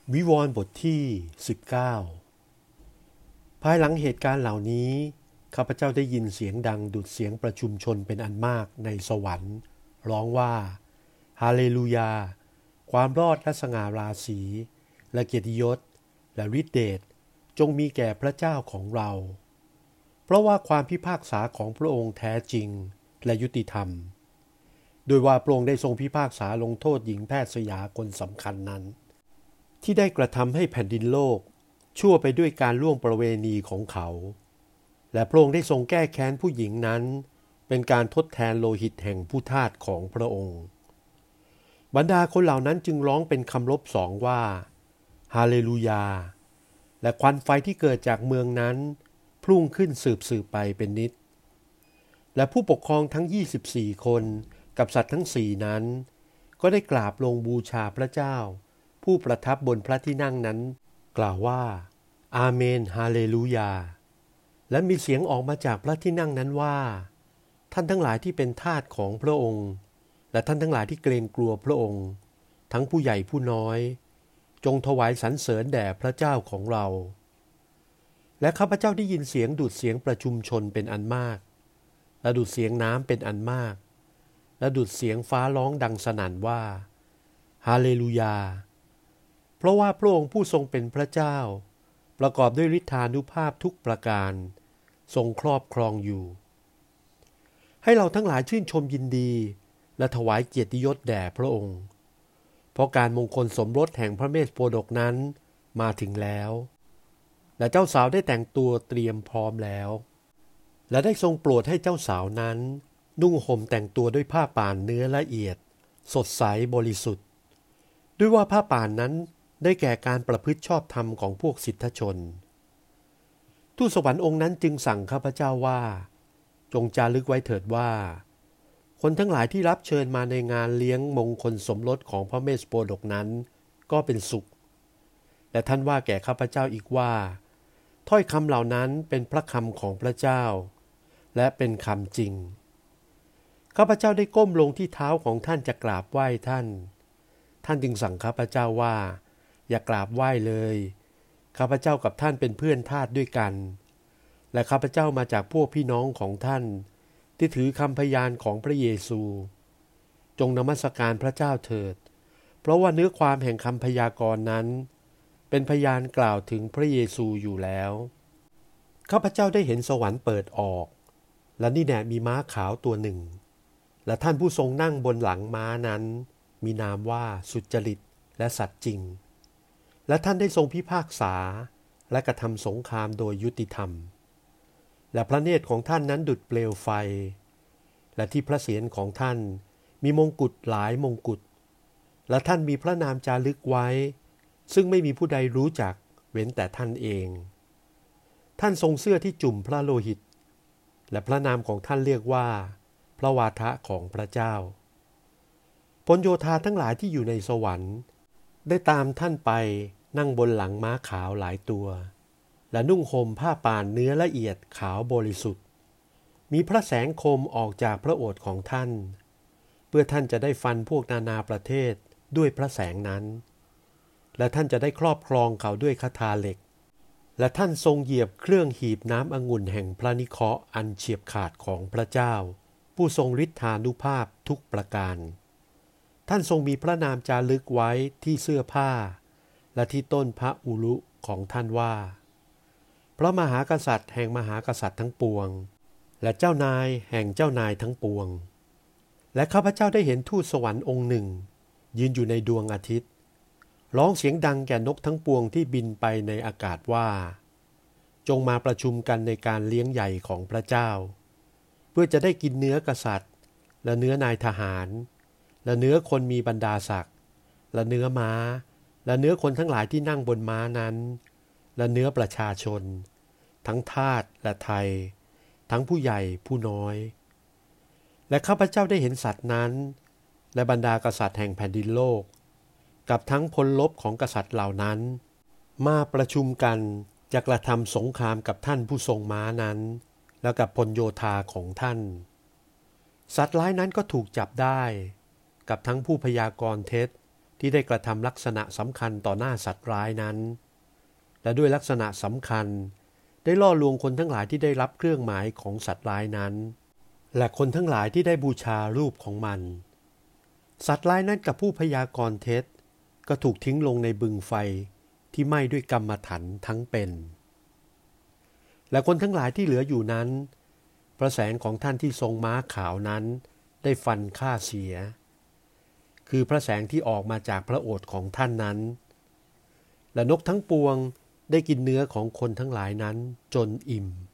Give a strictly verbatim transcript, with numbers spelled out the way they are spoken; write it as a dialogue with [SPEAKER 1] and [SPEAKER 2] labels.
[SPEAKER 1] วิวรณ์บทที่สิบเก้าภายหลังเหตุการณ์เหล่านี้ข้าพเจ้าได้ยินเสียงดังดุจเสียงประชุมชนเป็นอันมากในสวรรค์ร้องว่าฮาเลลูยาความรอดและสง่าราศีและเกียรติยศและฤทธิเดชจงมีแก่พระเจ้าของเราเพราะว่าความพิพากษาของพระองค์แท้จริงและยุติธรรมโดยว่าพระองค์ได้ทรงพิพากษาลงโทษหญิงแพทย์สยาคนสำคัญนั้นที่ได้กระทำให้แผ่นดินโลกชั่วไปด้วยการล่วงประเวณีของเขาและพระองค์ได้ทรงแก้แค้นผู้หญิงนั้นเป็นการทดแทนโลหิตแห่งผู้ทาสของพระองค์บรรดาคนเหล่านั้นจึงร้องเป็นคำรบสองว่าฮาเลลูยาและควันไฟที่เกิดจากเมืองนั้นพุ่งขึ้นสืบสืบไปเป็นนิจและผู้ปกครองทั้งยี่สิบสี่คนกับสัตว์ทั้งสี่นั้นก็ได้กราบลงบูชาพระเจ้าผู้ประทับบนพระที่นั่งนั้นกล่าวว่าอาเมนฮาเลลูยาและมีเสียงออกมาจากพระที่นั่งนั้นว่าท่านทั้งหลายที่เป็นทาสของพระองค์และท่านทั้งหลายที่เกรงกลัวพระองค์ทั้งผู้ใหญ่ผู้น้อยจงถวายสรรเสริญแด่พระเจ้าของเราและข้าพเจ้าได้ยินเสียงดุจเสียงประชุมชนเป็นอันมากและดุจเสียงน้ำเป็นอันมากและดุจเสียงฟ้าร้องดังสนั่นว่าฮาเลลูยาเพราะว่าพระองค์ผู้ทรงเป็นพระเจ้าประกอบด้วยฤทธานุภาพทุกประการทรงครอบครองอยู่ให้เราทั้งหลายชื่นชมยินดีและถวายเกียรติยศแด่พระองค์เพราะการมงคลสมรสแห่งพระเมสโปรดกนั้นมาถึงแล้วและเจ้าสาวได้แต่งตัวเตรียมพร้อมแล้วและได้ทรงโปรดให้เจ้าสาวนั้นนุ่งห่มแต่งตัวด้วยผ้าป่านเนื้อละเอียดสดใสบริสุทธิ์ด้วยว่าผ้าป่านนั้นได้แก่การประพฤติชอบธรรมของพวกสิทธชนทูตสวรรค์องค์นั้นจึงสั่งข้าพเจ้าว่าจงจารึกไว้เถิดว่าคนทั้งหลายที่รับเชิญมาในงานเลี้ยงมงคลสมรสของพระเมสโปรดกนั้นก็เป็นสุขและท่านว่าแก่ข้าพเจ้าอีกว่าถ้อยคำเหล่านั้นเป็นพระคำของพระเจ้าและเป็นคำจริงข้าพเจ้าได้ก้มลงที่เท้าของท่านจะกราบไหว้ท่านท่านจึงสั่งข้าพเจ้าว่าอย่ากราบไหว้เลยข้าพเจ้ากับท่านเป็นเพื่อนทาสด้วยกันและข้าพเจ้ามาจากพวกพี่น้องของท่านที่ถือคำพยานของพระเยซูจงนมัสการพระเจ้าเถิดเพราะว่าเนื้อความแห่งคำพยากรณ์นั้นเป็นพยานกล่าวถึงพระเยซูอยู่แล้วข้าพเจ้าได้เห็นสวรรค์เปิดออกและนี่แน่มีม้าขาวตัวหนึ่งและท่านผู้ทรงนั่งบนหลังม้านั้นมีนามว่าสุจริตและสัตย์จริงและท่านได้ทรงพิพากษาและกระทำสงครามโดยยุติธรรมและพระเนตรของท่านนั้นดุจเปลวไฟและที่พระเศียรของท่านมีมงกุฎหลายมงกุฎและท่านมีพระนามจารึกไว้ซึ่งไม่มีผู้ใดรู้จักเว้นแต่ท่านเองท่านทรงเสื้อที่จุ่มพระโลหิตและพระนามของท่านเรียกว่าพระวาทะของพระเจ้าพลโยธาทั้งหลายที่อยู่ในสวรรค์ได้ตามท่านไปนั่งบนหลังม้าขาวหลายตัวและนุ่งห่มผ้าป่านเนื้อละเอียดขาวบริสุทธิ์มีพระแสงคมออกจากพระโอษฐ์ของท่านเพื่อท่านจะได้ฟันพวกนานาประเทศด้วยพระแสงนั้นและท่านจะได้ครอบครองเขาด้วยคทาเหล็กและท่านทรงเหยียบเครื่องหีบน้ำองุ่นแห่งพระนิเคราะห์อันเฉียบขาดของพระเจ้าผู้ทรงฤทธานุภาพทุกประการท่านทรงมีพระนามจารึกไว้ที่เสื้อผ้าและที่ต้นพระอุรุของท่านว่าพระมหากษัตริย์แห่งมหากษัตริย์ทั้งปวงและเจ้านายแห่งเจ้านายทั้งปวงและข้าพเจ้าได้เห็นทูตสวรรค์องค์หนึ่งยืนอยู่ในดวงอาทิตย์ร้องเสียงดังแก่นกทั้งปวงที่บินไปในอากาศว่าจงมาประชุมกันในการเลี้ยงใหญ่ของพระเจ้าเพื่อจะได้กินเนื้อกษัตริย์และเนื้อนายทหารและเนื้อคนมีบรรดาศักดิ์และเนื้อม้าและเนื้อคนทั้งหลายที่นั่งบนม้านั้นและเนื้อประชาชนทั้งทาสและไทยทั้งผู้ใหญ่ผู้น้อยและข้าพเจ้าได้เห็นสัตว์นั้นและบรรดากษัตริย์แห่งแผ่นดินโลกกับทั้งพลรบของกษัตริย์เหล่านั้นมาประชุมกันจะกระทำสงครามกับท่านผู้ทรงม้านั้นและกับพลโยธาของท่านสัตว์ร้ายนั้นก็ถูกจับได้กับทั้งผู้พยากรณ์เท็จที่ได้กระทำลักษณะสำคัญต่อหน้าสัตว์ร้ายนั้นและด้วยลักษณะสำคัญได้ล่อลวงคนทั้งหลายที่ได้รับเครื่องหมายของสัตว์ร้ายนั้นและคนทั้งหลายที่ได้บูชารูปของมันสัตว์ร้ายนั้นกับผู้พยากรณ์เท็จก็ถูกทิ้งลงในบึงไฟที่ไหม้ด้วยกรรมถันทั้งเป็นและคนทั้งหลายที่เหลืออยู่นั้นพระแสงของท่านที่ทรงม้าขาวนั้นได้ฟันฆ่าเสียคือพระแสงที่ออกมาจากพระโอษฐ์ของท่านนั้นและนกทั้งปวงได้กินเนื้อของคนทั้งหลายนั้นจนอิ่ม